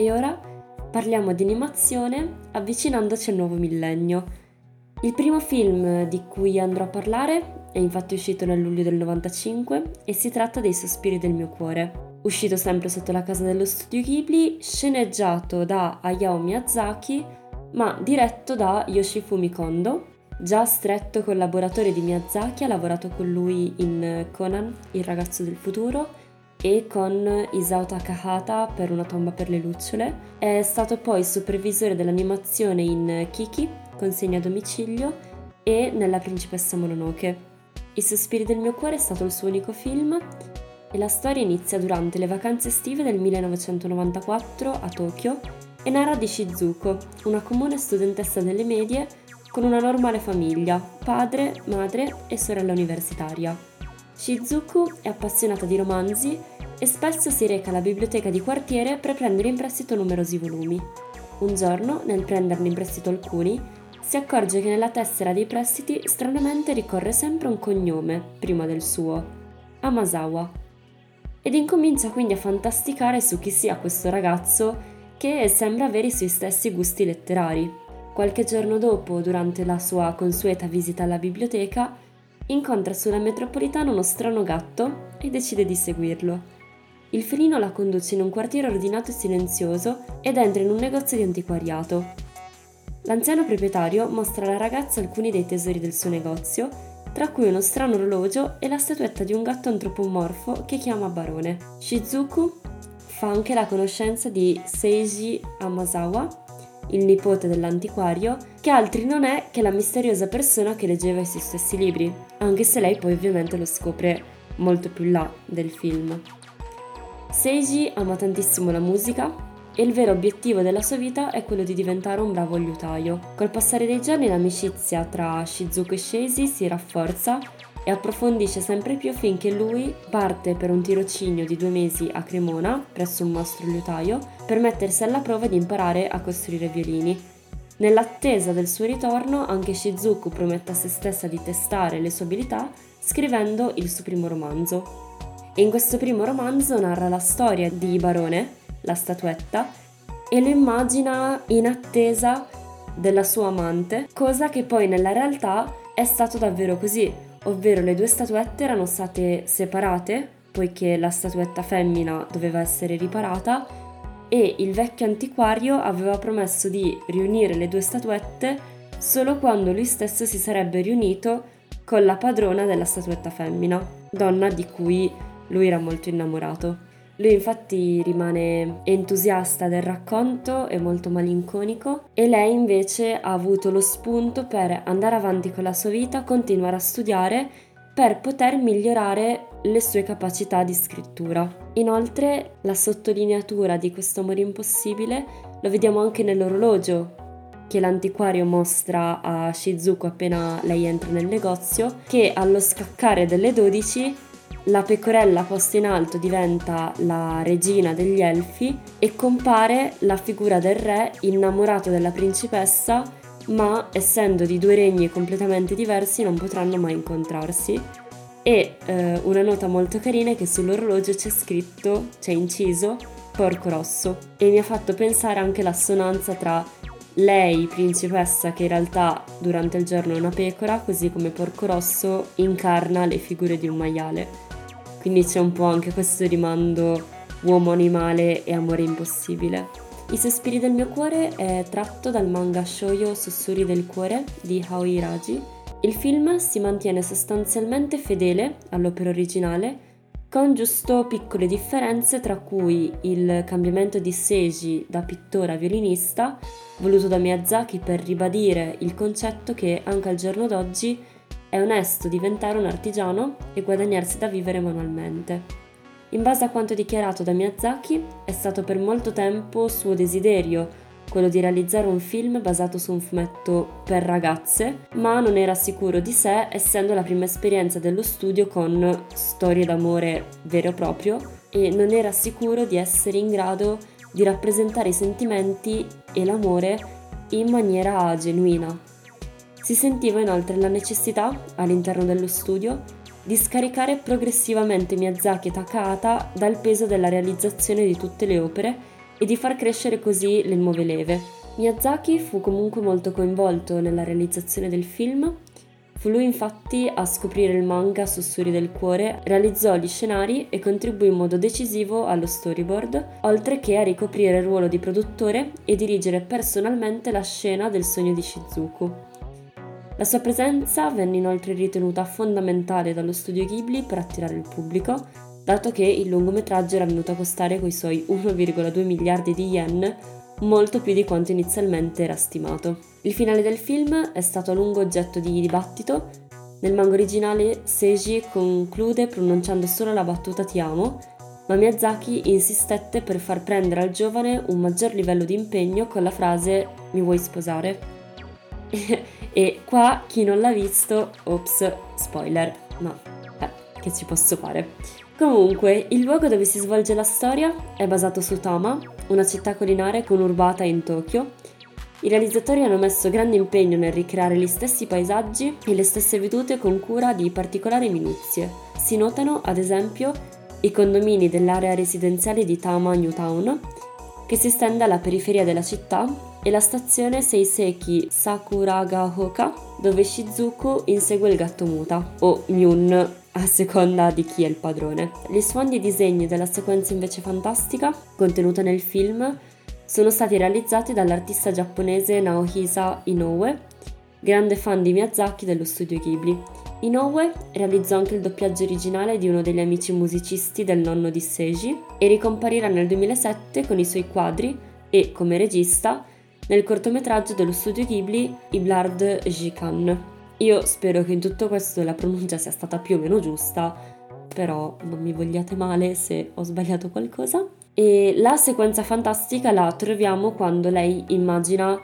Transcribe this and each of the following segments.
e ora parliamo di animazione avvicinandoci al nuovo millennio. Il primo film di cui andrò a parlare è infatti uscito nel luglio del 95 e si tratta dei Sospiri del mio cuore. Uscito sempre sotto la casa dello studio Ghibli, sceneggiato da Hayao Miyazaki, ma diretto da Yoshifumi Kondo, già stretto collaboratore di Miyazaki, ha lavorato con lui in Conan, il ragazzo del futuro, e con Isao Takahata per Una tomba per le lucciole. È stato poi supervisore dell'animazione in Kiki, Consegna a domicilio, e nella Principessa Mononoke. I Sospiri del mio cuore è stato il suo unico film e la storia inizia durante le vacanze estive del 1994 a Tokyo e narra di Shizuko, una comune studentessa delle medie con una normale famiglia, padre, madre e sorella universitaria. Shizuku è appassionata di romanzi e spesso si reca alla biblioteca di quartiere per prendere in prestito numerosi volumi. Un giorno, nel prenderne in prestito alcuni, si accorge che nella tessera dei prestiti stranamente ricorre sempre un cognome, prima del suo, Amazawa, ed incomincia quindi a fantasticare su chi sia questo ragazzo che sembra avere i suoi stessi gusti letterari. Qualche giorno dopo, durante la sua consueta visita alla biblioteca, incontra sulla metropolitana uno strano gatto e decide di seguirlo. Il felino la conduce in un quartiere ordinato e silenzioso ed entra in un negozio di antiquariato. L'anziano proprietario mostra alla ragazza alcuni dei tesori del suo negozio, tra cui uno strano orologio e la statuetta di un gatto antropomorfo che chiama Barone. Shizuku fa anche la conoscenza di Seiji Amazawa, il nipote dell'antiquario, che altri non è che la misteriosa persona che leggeva i suoi stessi libri, anche se lei poi ovviamente lo scopre molto più in là del film. Seiji ama tantissimo la musica e il vero obiettivo della sua vita è quello di diventare un bravo liutaio. Col passare dei giorni l'amicizia tra Shizuko e Seiji si rafforza e approfondisce sempre più finché lui parte per un tirocinio di 2 mesi a Cremona, presso un mastro liutaio, per mettersi alla prova di imparare a costruire violini. Nell'attesa del suo ritorno, anche Shizuku promette a se stessa di testare le sue abilità scrivendo il suo primo romanzo. E in questo primo romanzo narra la storia di Barone, la statuetta, e lo immagina in attesa della sua amante, cosa che poi nella realtà è stato davvero così. Ovvero le 2 statuette erano state separate, poiché la statuetta femmina doveva essere riparata, e il vecchio antiquario aveva promesso di riunire le 2 statuette solo quando lui stesso si sarebbe riunito con la padrona della statuetta femmina, donna di cui lui era molto innamorato. Lui infatti rimane entusiasta del racconto e molto malinconico e lei invece ha avuto lo spunto per andare avanti con la sua vita, continuare a studiare per poter migliorare le sue capacità di scrittura. Inoltre la sottolineatura di questo amore impossibile lo vediamo anche nell'orologio che l'antiquario mostra a Shizuko appena lei entra nel negozio, che allo scaccare delle 12 la pecorella posta in alto diventa la regina degli elfi e compare la figura del re innamorato della principessa, ma essendo di 2 regni completamente diversi non potranno mai incontrarsi. E una nota molto carina è che sull'orologio c'è inciso Porco Rosso, e mi ha fatto pensare anche l'assonanza tra lei, principessa, che in realtà durante il giorno è una pecora, così come Porco Rosso incarna le figure di un maiale. Quindi c'è un po' anche questo rimando uomo-animale e amore impossibile. I Sospiri del mio cuore è tratto dal manga shoujo Sussurri del cuore di Aoi Raji. Il film si mantiene sostanzialmente fedele all'opera originale, con giusto piccole differenze, tra cui il cambiamento di Seiji da pittore a violinista, voluto da Miyazaki per ribadire il concetto che anche al giorno d'oggi è onesto diventare un artigiano e guadagnarsi da vivere manualmente. In base a quanto dichiarato da Miyazaki, è stato per molto tempo suo desiderio quello di realizzare un film basato su un fumetto per ragazze, ma non era sicuro di sé, essendo la prima esperienza dello studio con storie d'amore vero e proprio, e non era sicuro di essere in grado di rappresentare i sentimenti e l'amore in maniera genuina. Si sentiva inoltre la necessità, all'interno dello studio, di scaricare progressivamente Miyazaki e Takahata dal peso della realizzazione di tutte le opere e di far crescere così le nuove leve. Miyazaki fu comunque molto coinvolto nella realizzazione del film. Fu lui infatti a scoprire il manga Sussurri del cuore, realizzò gli scenari e contribuì in modo decisivo allo storyboard, oltre che a ricoprire il ruolo di produttore e dirigere personalmente la scena del sogno di Shizuku. La sua presenza venne inoltre ritenuta fondamentale dallo studio Ghibli per attirare il pubblico, dato che il lungometraggio era venuto a costare coi suoi 1,2 miliardi di yen, molto più di quanto inizialmente era stimato. Il finale del film è stato a lungo oggetto di dibattito. Nel manga originale Seiji conclude pronunciando solo la battuta "ti amo", ma Miyazaki insistette per far prendere al giovane un maggior livello di impegno con la frase "mi vuoi sposare?". E qua chi non l'ha visto, ops, spoiler, ma che ci posso fare? Comunque, il luogo dove si svolge la storia è basato su Tama, una città collinare conurbata in Tokyo. I realizzatori hanno messo grande impegno nel ricreare gli stessi paesaggi e le stesse vedute con cura di particolari minuzie. Si notano, ad esempio, i condomini dell'area residenziale di Tama New Town, che si estende alla periferia della città, e la stazione Seiseki Sakuragaoka, dove Shizuku insegue il gatto Muta, o Myun, a seconda di chi è il padrone. Gli sfondi e disegni della sequenza invece fantastica, contenuta nel film, sono stati realizzati dall'artista giapponese Naohisa Inoue, grande fan di Miyazaki dello studio Ghibli. Inoue realizzò anche il doppiaggio originale di uno degli amici musicisti del nonno di Seiji e ricomparirà nel 2007 con i suoi quadri e, come regista, nel cortometraggio dello studio Ghibli Iblard Jikan. Io spero che in tutto questo la pronuncia sia stata più o meno giusta, però non mi vogliate male se ho sbagliato qualcosa. E la sequenza fantastica la troviamo quando lei immagina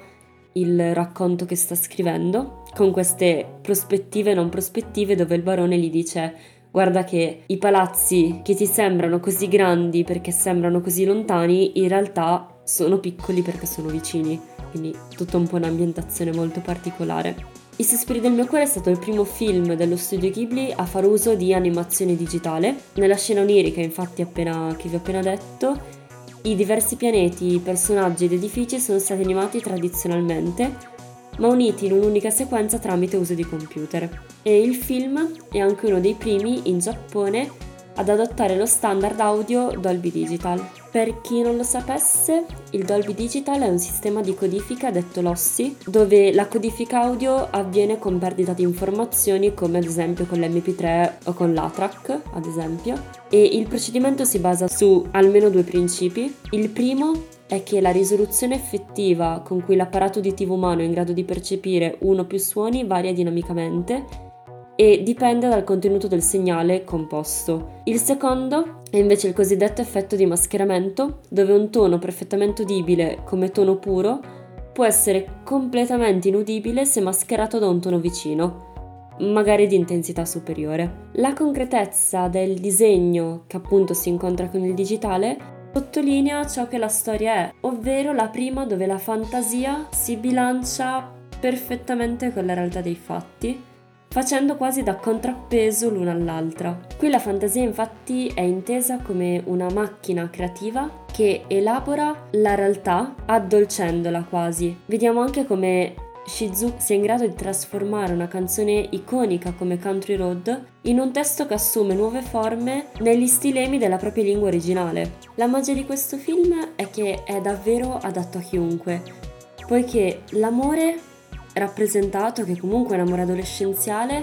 il racconto che sta scrivendo, con queste prospettive e non prospettive dove il barone gli dice: guarda che i palazzi che ti sembrano così grandi perché sembrano così lontani, in realtà sono piccoli perché sono vicini. Quindi tutta un po' un'ambientazione molto particolare. I sospiri del mio cuore è stato il primo film dello studio Ghibli a far uso di animazione digitale. Nella scena onirica, infatti, che vi ho appena detto, i diversi pianeti, personaggi ed edifici sono stati animati tradizionalmente, ma uniti in un'unica sequenza tramite uso di computer. E il film è anche uno dei primi in Giappone ad adottare lo standard audio Dolby Digital. Per chi non lo sapesse, il Dolby Digital è un sistema di codifica detto LOSSI, dove la codifica audio avviene con perdita di informazioni come ad esempio con l'MP3 o con l'ATRAC, ad esempio, e il procedimento si basa su almeno due principi. Il primo è che la risoluzione effettiva con cui l'apparato uditivo umano è in grado di percepire uno o più suoni varia dinamicamente e dipende dal contenuto del segnale composto. Il secondo è invece il cosiddetto effetto di mascheramento, dove un tono perfettamente udibile come tono puro può essere completamente inudibile se mascherato da un tono vicino, magari di intensità superiore. La concretezza del disegno, che appunto si incontra con il digitale, sottolinea ciò che la storia è, ovvero la prima dove la fantasia si bilancia perfettamente con la realtà dei fatti, facendo quasi da contrappeso l'una all'altra. Qui la fantasia infatti è intesa come una macchina creativa che elabora la realtà addolcendola quasi. Vediamo anche come Shizuku sia in grado di trasformare una canzone iconica come Country Road in un testo che assume nuove forme negli stilemi della propria lingua originale. La magia di questo film è che è davvero adatto a chiunque, poiché l'amore rappresentato, che comunque è un amore adolescenziale,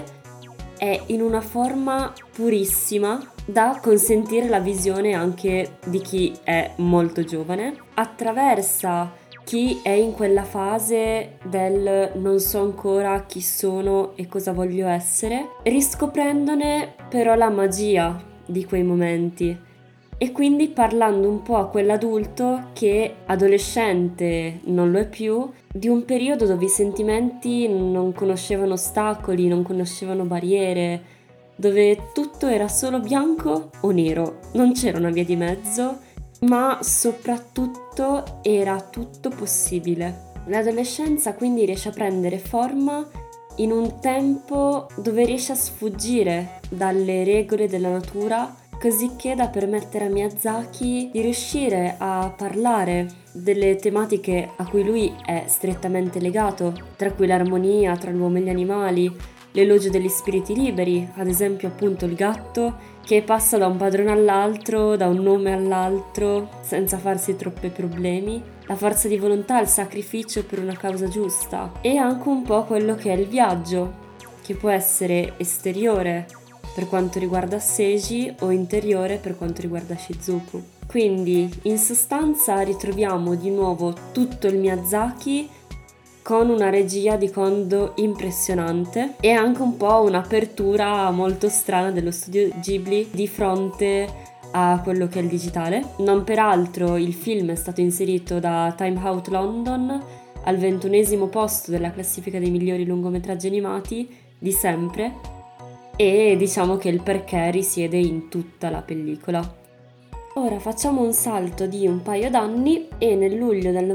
è in una forma purissima da consentire la visione anche di chi è molto giovane, attraversa chi è in quella fase del non so ancora chi sono e cosa voglio essere, riscoprendone però la magia di quei momenti. E quindi parlando un po' a quell'adulto che adolescente non lo è più, di un periodo dove i sentimenti non conoscevano ostacoli, non conoscevano barriere, dove tutto era solo bianco o nero, non c'era una via di mezzo, ma soprattutto era tutto possibile. L'adolescenza quindi riesce a prendere forma in un tempo dove riesce a sfuggire dalle regole della natura cosicché da permettere a Miyazaki di riuscire a parlare delle tematiche a cui lui è strettamente legato, tra cui l'armonia tra l'uomo e gli animali, l'elogio degli spiriti liberi, ad esempio appunto il gatto che passa da un padrone all'altro, da un nome all'altro, senza farsi troppi problemi, la forza di volontà, il sacrificio per una causa giusta, e anche un po' quello che è il viaggio, che può essere esteriore per quanto riguarda Seiji o interiore per quanto riguarda Shizuku. Quindi, in sostanza, ritroviamo di nuovo tutto il Miyazaki con una regia di Kondo impressionante e anche un po' un'apertura molto strana dello studio Ghibli di fronte a quello che è il digitale. Non peraltro il film è stato inserito da Time Out London al 21° posto della classifica dei migliori lungometraggi animati di sempre, e diciamo che il perché risiede in tutta la pellicola. Ora facciamo un salto di un paio d'anni e nel luglio del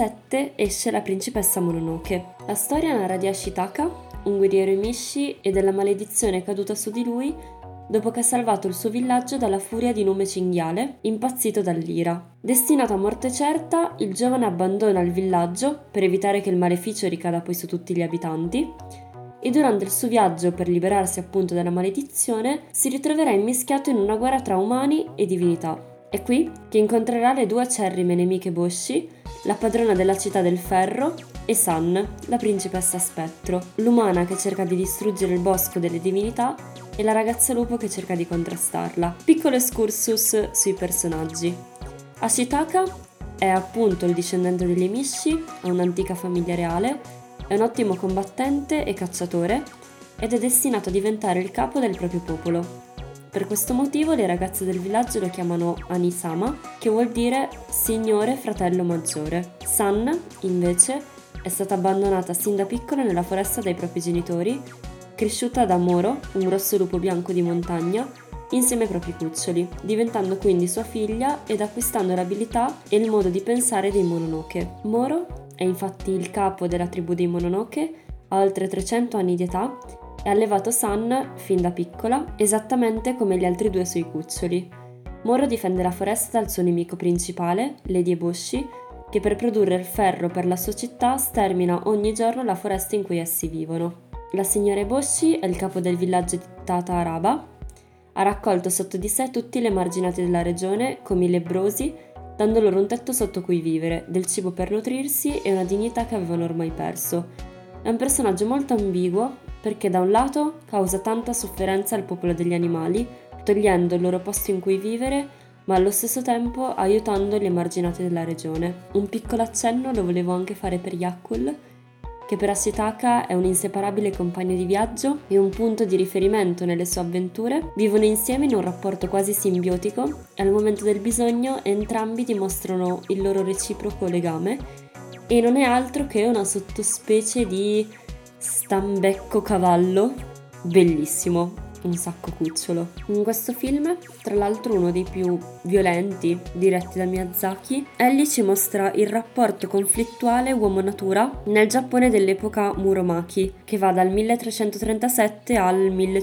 97 esce La principessa Mononoke. La storia narra di Ashitaka, un guerriero Emishi, e della maledizione caduta su di lui dopo che ha salvato il suo villaggio dalla furia di un nome cinghiale, impazzito dall'ira. Destinato a morte certa, il giovane abbandona il villaggio per evitare che il maleficio ricada poi su tutti gli abitanti, e durante il suo viaggio per liberarsi appunto dalla maledizione si ritroverà immischiato in una guerra tra umani e divinità. È qui che incontrerà le due acerrime nemiche Boshi, la padrona della città del ferro, e San, la principessa spettro, l'umana che cerca di distruggere il bosco delle divinità e la ragazza lupo che cerca di contrastarla. Piccolo excursus sui personaggi. Ashitaka è appunto il discendente degli Emishi, ha un'antica famiglia reale, è un ottimo combattente e cacciatore ed è destinato a diventare il capo del proprio popolo. Per questo motivo le ragazze del villaggio lo chiamano Anisama, che vuol dire signore fratello maggiore. San, invece, è stata abbandonata sin da piccola nella foresta dai propri genitori, cresciuta da Moro, un grosso lupo bianco di montagna, insieme ai propri cuccioli, diventando quindi sua figlia ed acquistando l'abilità e il modo di pensare dei Mononoke. Moro è infatti il capo della tribù dei Mononoke, ha oltre 300 anni di età e ha allevato San fin da piccola, esattamente come gli altri due suoi cuccioli. Moro difende la foresta dal suo nemico principale, Lady Eboshi, che per produrre il ferro per la sua città stermina ogni giorno la foresta in cui essi vivono. La signora Eboshi è il capo del villaggio di Tata Araba, ha raccolto sotto di sé tutti gli emarginati della regione, come i lebbrosi, dando loro un tetto sotto cui vivere, del cibo per nutrirsi e una dignità che avevano ormai perso. È un personaggio molto ambiguo perché da un lato causa tanta sofferenza al popolo degli animali, togliendo il loro posto in cui vivere, ma allo stesso tempo aiutando gli emarginati della regione. Un piccolo accenno lo volevo anche fare per Yakul, che per Ashitaka è un inseparabile compagno di viaggio e un punto di riferimento nelle sue avventure. Vivono insieme in un rapporto quasi simbiotico e al momento del bisogno entrambi dimostrano il loro reciproco legame, e non è altro che una sottospecie di stambecco cavallo bellissimo, un sacco cucciolo. In questo film, tra l'altro uno dei più violenti diretti da Miyazaki, Ellie ci mostra il rapporto conflittuale uomo-natura nel Giappone dell'epoca Muromachi, che va dal 1337 al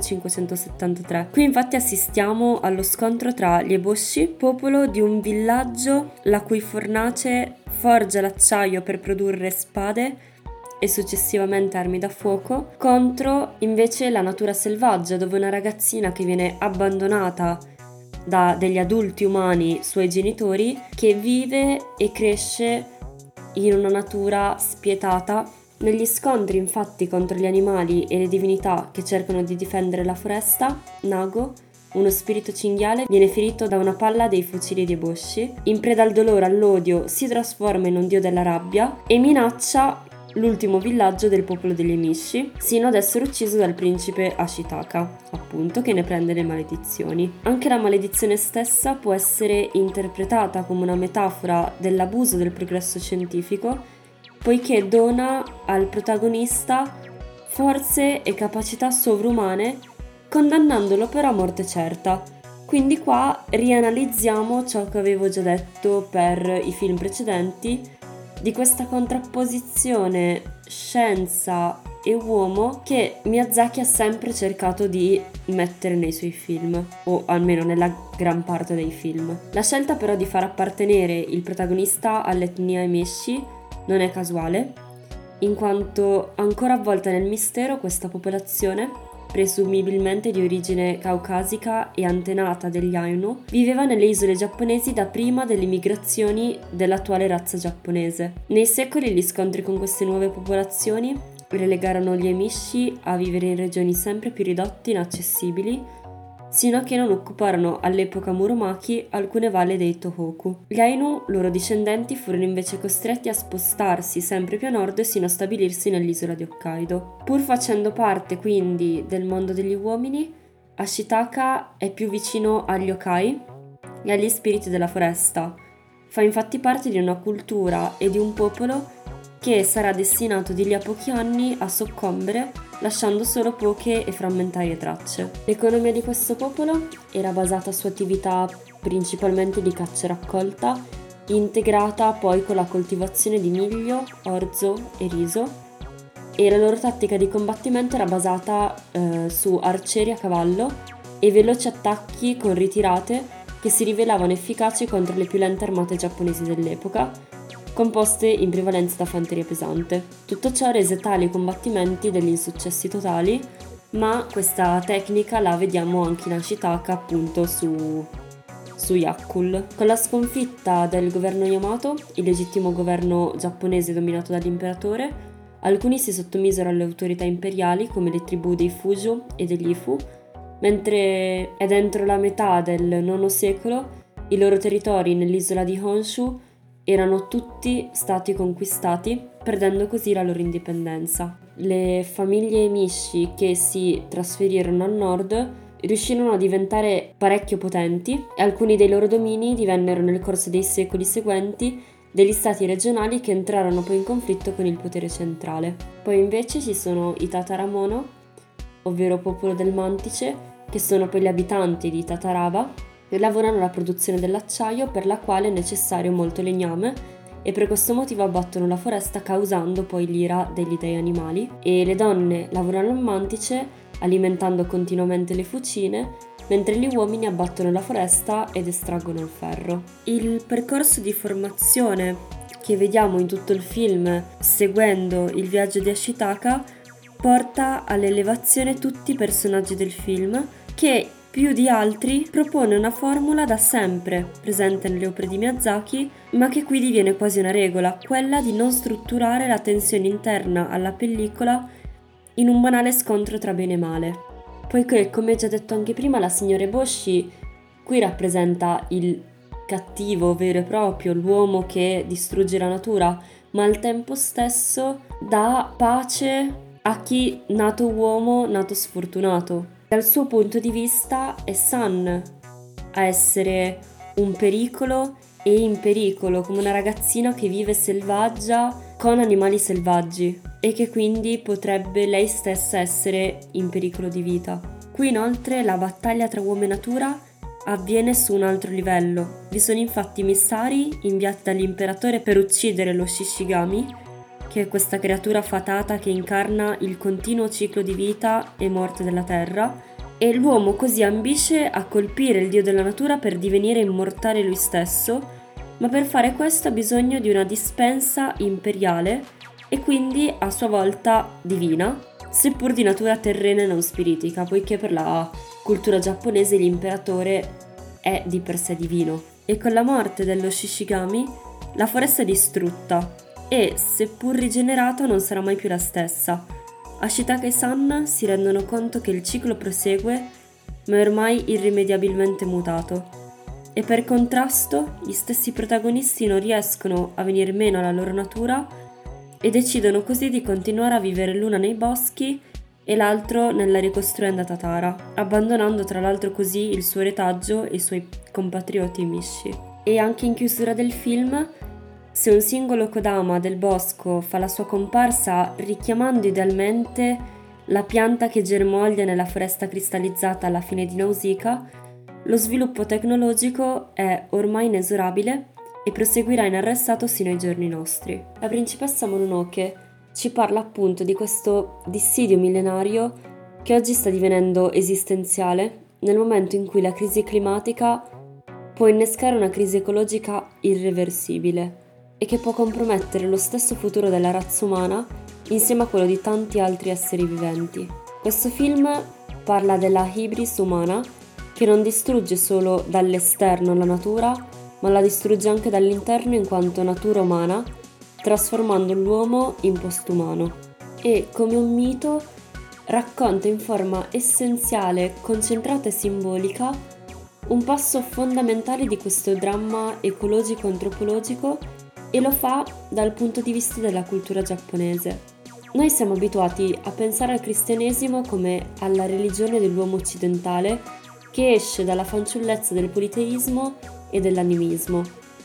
1573. Qui infatti assistiamo allo scontro tra gli Eboshi, popolo di un villaggio la cui fornace forgia l'acciaio per produrre spade e successivamente armi da fuoco, contro invece la natura selvaggia, dove una ragazzina che viene abbandonata da degli adulti umani, suoi genitori, che vive e cresce in una natura spietata. Negli scontri infatti contro gli animali e le divinità che cercano di difendere la foresta, Nago, uno spirito cinghiale, viene ferito da una palla dei fucili di Eboshi. In preda al dolore e all'odio si trasforma in un dio della rabbia e minaccia l'ultimo villaggio del popolo degli Emishi, sino ad essere ucciso dal principe Ashitaka, appunto, che ne prende le maledizioni. Anche la maledizione stessa può essere interpretata come una metafora dell'abuso del progresso scientifico, poiché dona al protagonista forze e capacità sovrumane, condannandolo però a morte certa. Quindi qua rianalizziamo ciò che avevo già detto per i film precedenti, di questa contrapposizione scienza e uomo che Miyazaki ha sempre cercato di mettere nei suoi film, o almeno nella gran parte dei film. La scelta però di far appartenere il protagonista all'etnia Emishi non è casuale, in quanto ancora avvolta nel mistero questa popolazione, presumibilmente di origine caucasica e antenata degli Ainu, viveva nelle isole giapponesi da prima delle migrazioni dell'attuale razza giapponese. Nei secoli gli scontri con queste nuove popolazioni relegarono gli Emishi a vivere in regioni sempre più ridotte e inaccessibili, sino a che non occuparono all'epoca Muromachi alcune valli dei Tohoku. Gli Ainu, loro discendenti, furono invece costretti a spostarsi sempre più a nord sino a stabilirsi nell'isola di Hokkaido. Pur facendo parte quindi del mondo degli uomini, Ashitaka è più vicino agli yokai e agli spiriti della foresta. Fa infatti parte di una cultura e di un popolo che sarà destinato di lì a pochi anni a soccombere, lasciando solo poche e frammentarie tracce. L'economia di questo popolo era basata su attività principalmente di caccia e raccolta, integrata poi con la coltivazione di miglio, orzo e riso, e la loro tattica di combattimento era basata su arcieri a cavallo e veloci attacchi con ritirate che si rivelavano efficaci contro le più lente armate giapponesi dell'epoca, composte in prevalenza da fanteria pesante. Tutto ciò rese tali i combattimenti degli insuccessi totali, ma questa tecnica la vediamo anche in Ashitaka, appunto su Yakkul. Con la sconfitta del governo Yamato, il legittimo governo giapponese dominato dall'imperatore, alcuni si sottomisero alle autorità imperiali come le tribù dei Fuju e degli Ifu, mentre è dentro la metà del IX secolo i loro territori nell'isola di Honshu erano tutti stati conquistati, perdendo così la loro indipendenza. Le famiglie Emishi che si trasferirono al nord riuscirono a diventare parecchio potenti e alcuni dei loro domini divennero nel corso dei secoli seguenti degli stati regionali che entrarono poi in conflitto con il potere centrale. Poi invece ci sono i Tataramono, ovvero popolo del Mantice, che sono poi gli abitanti di Tatarava, e lavorano alla produzione dell'acciaio, per la quale è necessario molto legname, e per questo motivo abbattono la foresta, causando poi l'ira degli dei animali. E le donne lavorano al mantice alimentando continuamente le fucine, mentre gli uomini abbattono la foresta ed estraggono il ferro. Il percorso di formazione che vediamo in tutto il film seguendo il viaggio di Ashitaka porta all'elevazione tutti i personaggi del film, che più di altri propone una formula da sempre presente nelle opere di Miyazaki, ma che qui diviene quasi una regola, quella di non strutturare la tensione interna alla pellicola in un banale scontro tra bene e male. Poiché, come già detto anche prima, la signora Eboshi qui rappresenta il cattivo vero e proprio, l'uomo che distrugge la natura, ma al tempo stesso dà pace a chi, nato uomo, nato sfortunato. Dal suo punto di vista è San a essere un pericolo e in pericolo, come una ragazzina che vive selvaggia con animali selvaggi e che quindi potrebbe lei stessa essere in pericolo di vita. Qui inoltre la battaglia tra uomo e natura avviene su un altro livello. Vi sono infatti missari inviati dall'imperatore per uccidere lo Shishigami, che è questa creatura fatata che incarna il continuo ciclo di vita e morte della terra, e l'uomo così ambisce a colpire il dio della natura per divenire immortale lui stesso, ma per fare questo ha bisogno di una dispensa imperiale e quindi a sua volta divina, seppur di natura terrena e non spiritica, poiché per la cultura giapponese l'imperatore è di per sé divino. E con la morte dello Shishigami la foresta è distrutta e, seppur rigenerata, non sarà mai più la stessa. Ashitaka e San si rendono conto che il ciclo prosegue, ma è ormai irrimediabilmente mutato. E per contrasto, gli stessi protagonisti non riescono a venir meno alla loro natura e decidono così di continuare a vivere l'una nei boschi e l'altro nella ricostruenda tatara, abbandonando tra l'altro così il suo retaggio e i suoi compatrioti Mishi. E anche in chiusura del film, se un singolo Kodama del bosco fa la sua comparsa richiamando idealmente la pianta che germoglia nella foresta cristallizzata alla fine di Nausicaa, lo sviluppo tecnologico è ormai inesorabile e proseguirà inarrestato sino ai giorni nostri. La principessa Mononoke ci parla appunto di questo dissidio millenario che oggi sta divenendo esistenziale nel momento in cui la crisi climatica può innescare una crisi ecologica irreversibile e che può compromettere lo stesso futuro della razza umana insieme a quello di tanti altri esseri viventi. Questo film parla della hybris umana che non distrugge solo dall'esterno la natura, ma la distrugge anche dall'interno in quanto natura umana, trasformando l'uomo in postumano. E, come un mito, racconta in forma essenziale, concentrata e simbolica un passo fondamentale di questo dramma ecologico-antropologico e lo fa dal punto di vista della cultura giapponese. Noi siamo abituati a pensare al cristianesimo come alla religione dell'uomo occidentale che esce dalla fanciullezza del politeismo e dell'animismo.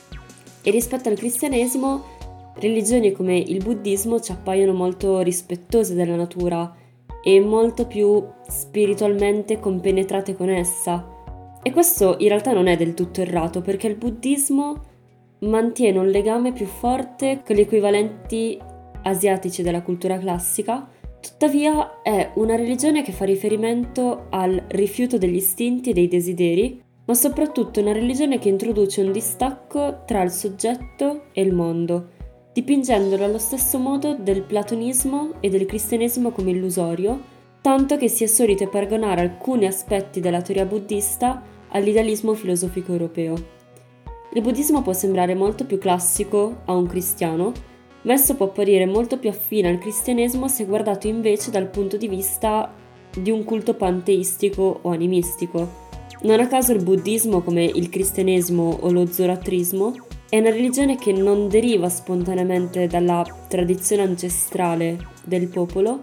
E rispetto al cristianesimo, religioni come il buddismo ci appaiono molto rispettose della natura e molto più spiritualmente compenetrate con essa. E questo in realtà non è del tutto errato, perché il buddismo mantiene un legame più forte con gli equivalenti asiatici della cultura classica, tuttavia è una religione che fa riferimento al rifiuto degli istinti e dei desideri, ma soprattutto una religione che introduce un distacco tra il soggetto e il mondo, dipingendolo allo stesso modo del platonismo e del cristianesimo come illusorio, tanto che si è solito paragonare alcuni aspetti della teoria buddista all'idealismo filosofico europeo. Il buddismo può sembrare molto più classico a un cristiano, ma esso può apparire molto più affine al cristianesimo se guardato invece dal punto di vista di un culto panteistico o animistico. Non a caso il buddismo, come il cristianesimo o lo zoroastrismo, è una religione che non deriva spontaneamente dalla tradizione ancestrale del popolo,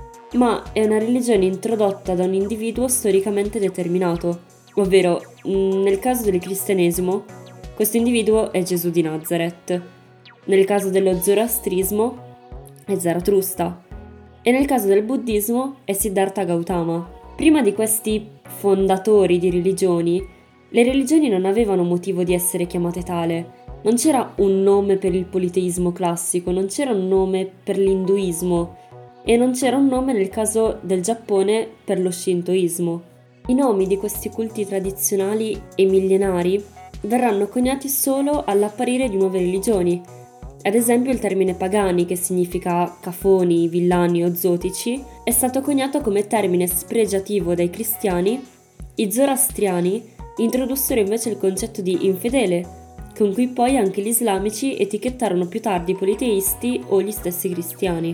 ma è una religione introdotta da un individuo storicamente determinato, ovvero nel caso del cristianesimo questo individuo è Gesù di Nazareth, nel caso dello zoroastrismo è Zarathustra e nel caso del buddismo è Siddhartha Gautama. Prima di questi fondatori di religioni, le religioni non avevano motivo di essere chiamate tale. Non c'era un nome per il politeismo classico, non c'era un nome per l'induismo e non c'era un nome nel caso del Giappone per lo shintoismo. I nomi di questi culti tradizionali e millenari verranno coniati solo all'apparire di nuove religioni. Ad esempio il termine pagani, che significa cafoni, villani o zotici, è stato coniato come termine spregiativo dai cristiani. I zoroastriani introdussero invece il concetto di infedele, con cui poi anche gli islamici etichettarono più tardi i politeisti o gli stessi cristiani.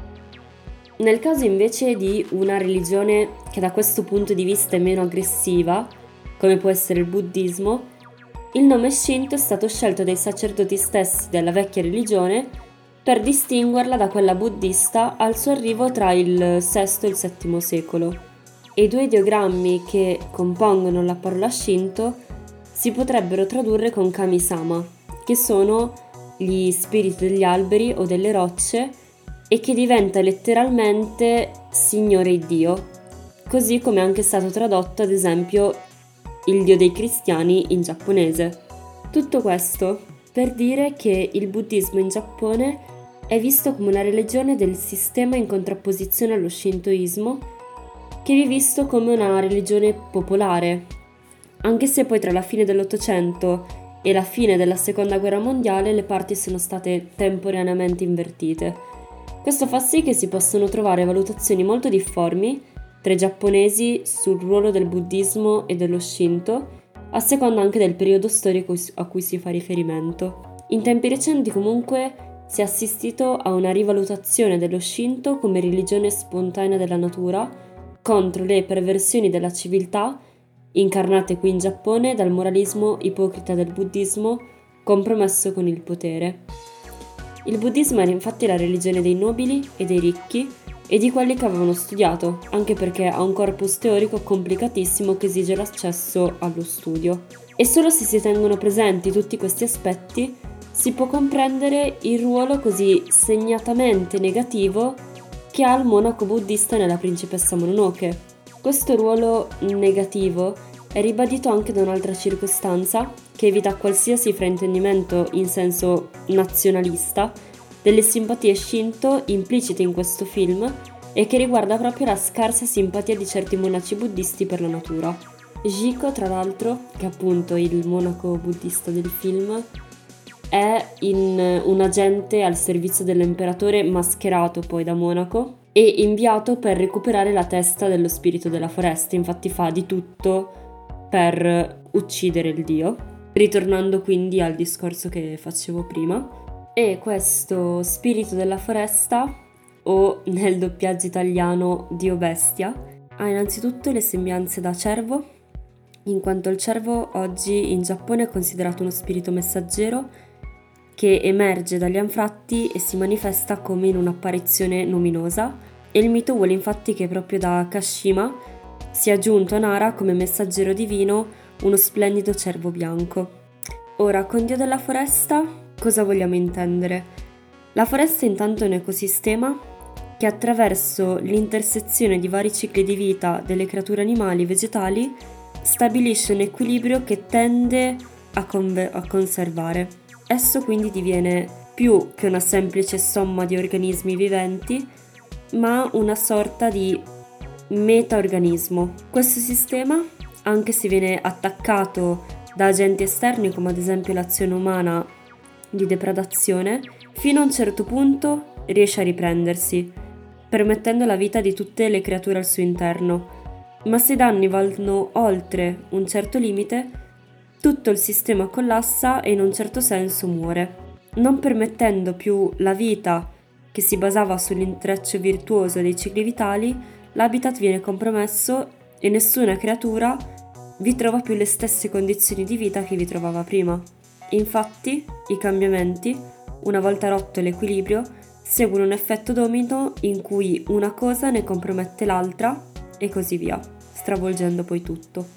Nel caso invece di una religione che da questo punto di vista è meno aggressiva, come può essere il buddismo, il nome Shinto è stato scelto dai sacerdoti stessi della vecchia religione per distinguerla da quella buddista al suo arrivo tra il VI e il VII secolo. E i due ideogrammi che compongono la parola Shinto si potrebbero tradurre con Kami-sama, che sono gli spiriti degli alberi o delle rocce e che diventa letteralmente Signore Dio, così come è anche stato tradotto ad esempio il dio dei cristiani in giapponese. Tutto questo per dire che il buddismo in Giappone è visto come una religione del sistema in contrapposizione allo shintoismo, che è visto come una religione popolare, anche se poi tra la fine dell'Ottocento e la fine della Seconda Guerra Mondiale le parti sono state temporaneamente invertite. Questo fa sì che si possano trovare valutazioni molto difformi tra i giapponesi sul ruolo del buddismo e dello Shinto, a seconda anche del periodo storico a cui si fa riferimento. In tempi recenti comunque si è assistito a una rivalutazione dello Shinto come religione spontanea della natura contro le perversioni della civiltà incarnate qui in Giappone dal moralismo ipocrita del buddismo compromesso con il potere. Il buddismo era infatti la religione dei nobili e dei ricchi e di quelli che avevano studiato, anche perché ha un corpus teorico complicatissimo che esige l'accesso allo studio. E solo se si tengono presenti tutti questi aspetti si può comprendere il ruolo così segnatamente negativo che ha il monaco buddista nella principessa Mononoke. Questo ruolo negativo è ribadito anche da un'altra circostanza che evita qualsiasi fraintendimento in senso nazionalista, delle simpatie Shinto implicite in questo film e che riguarda proprio la scarsa simpatia di certi monaci buddisti per la natura. Jiko, tra l'altro, che è appunto il monaco buddista del film, è un agente al servizio dell'imperatore mascherato poi da monaco e inviato per recuperare la testa dello spirito della foresta, infatti fa di tutto per uccidere il dio, ritornando quindi al discorso che facevo prima. E questo spirito della foresta, o nel doppiaggio italiano dio bestia, ha innanzitutto le sembianze da cervo, in quanto il cervo oggi in Giappone è considerato uno spirito messaggero che emerge dagli anfratti e si manifesta come in un'apparizione luminosa, e il mito vuole infatti che proprio da Kashima sia giunto a Nara come messaggero divino uno splendido cervo bianco. Ora, con Dio della foresta, cosa vogliamo intendere? La foresta intanto è un ecosistema che attraverso l'intersezione di vari cicli di vita delle creature animali e vegetali stabilisce un equilibrio che tende a conservare. Esso quindi diviene più che una semplice somma di organismi viventi, ma una sorta di metaorganismo. Questo sistema, anche se viene attaccato da agenti esterni come ad esempio l'azione umana di depredazione, fino a un certo punto riesce a riprendersi, permettendo la vita di tutte le creature al suo interno. Ma se i danni vanno oltre un certo limite, tutto il sistema collassa e in un certo senso muore, non permettendo più la vita che si basava sull'intreccio virtuoso dei cicli vitali. L'habitat viene compromesso e nessuna creatura vi trova più le stesse condizioni di vita che vi trovava prima. Infatti, i cambiamenti, una volta rotto l'equilibrio, seguono un effetto domino in cui una cosa ne compromette l'altra e così via, stravolgendo poi tutto.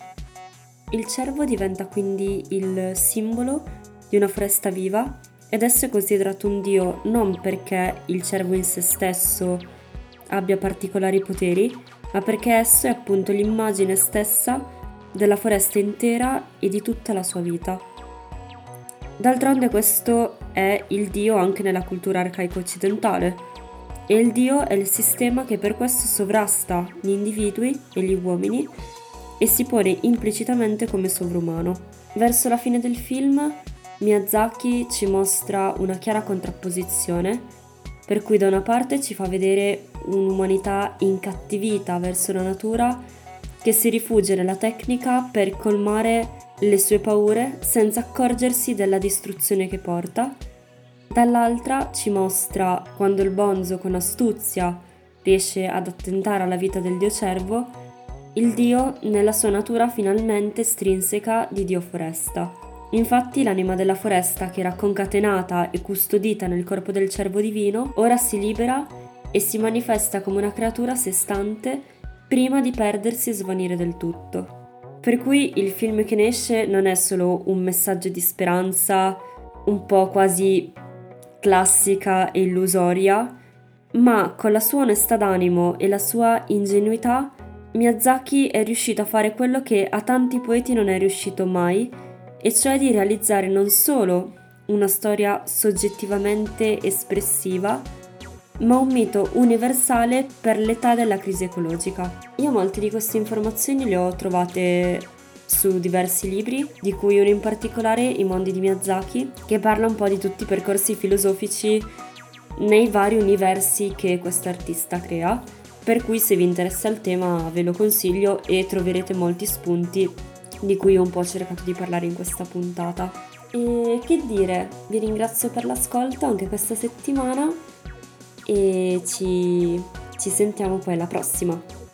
Il cervo diventa quindi il simbolo di una foresta viva ed esso è considerato un dio non perché il cervo in se stesso abbia particolari poteri, ma perché esso è appunto l'immagine stessa della foresta intera e di tutta la sua vita. D'altronde questo è il dio anche nella cultura arcaica occidentale, e il dio è il sistema che per questo sovrasta gli individui e gli uomini e si pone implicitamente come sovrumano. Verso la fine del film, Miyazaki ci mostra una chiara contrapposizione, per cui da una parte ci fa vedere un'umanità incattivita verso la natura che si rifugia nella tecnica per colmare le sue paure senza accorgersi della distruzione che porta. Dall'altra ci mostra quando il bonzo con astuzia riesce ad attentare alla vita del dio cervo, il dio nella sua natura finalmente estrinseca di dio foresta. Infatti l'anima della foresta, che era concatenata e custodita nel corpo del cervo divino, ora si libera e si manifesta come una creatura a sé stante prima di perdersi e svanire del tutto. Per cui il film che ne esce non è solo un messaggio di speranza un po' quasi classica e illusoria, ma con la sua onestà d'animo e la sua ingenuità Miyazaki è riuscito a fare quello che a tanti poeti non è riuscito mai, e cioè di realizzare non solo una storia soggettivamente espressiva, ma un mito universale per l'età della crisi ecologica. Io molte di queste informazioni le ho trovate su diversi libri, di cui uno in particolare, I mondi di Miyazaki, che parla un po' di tutti i percorsi filosofici nei vari universi che quest'artista crea, per cui se vi interessa il tema ve lo consiglio e troverete molti spunti di cui ho un po' cercato di parlare in questa puntata. E che dire, vi ringrazio per l'ascolto anche questa settimana e ci sentiamo poi alla prossima.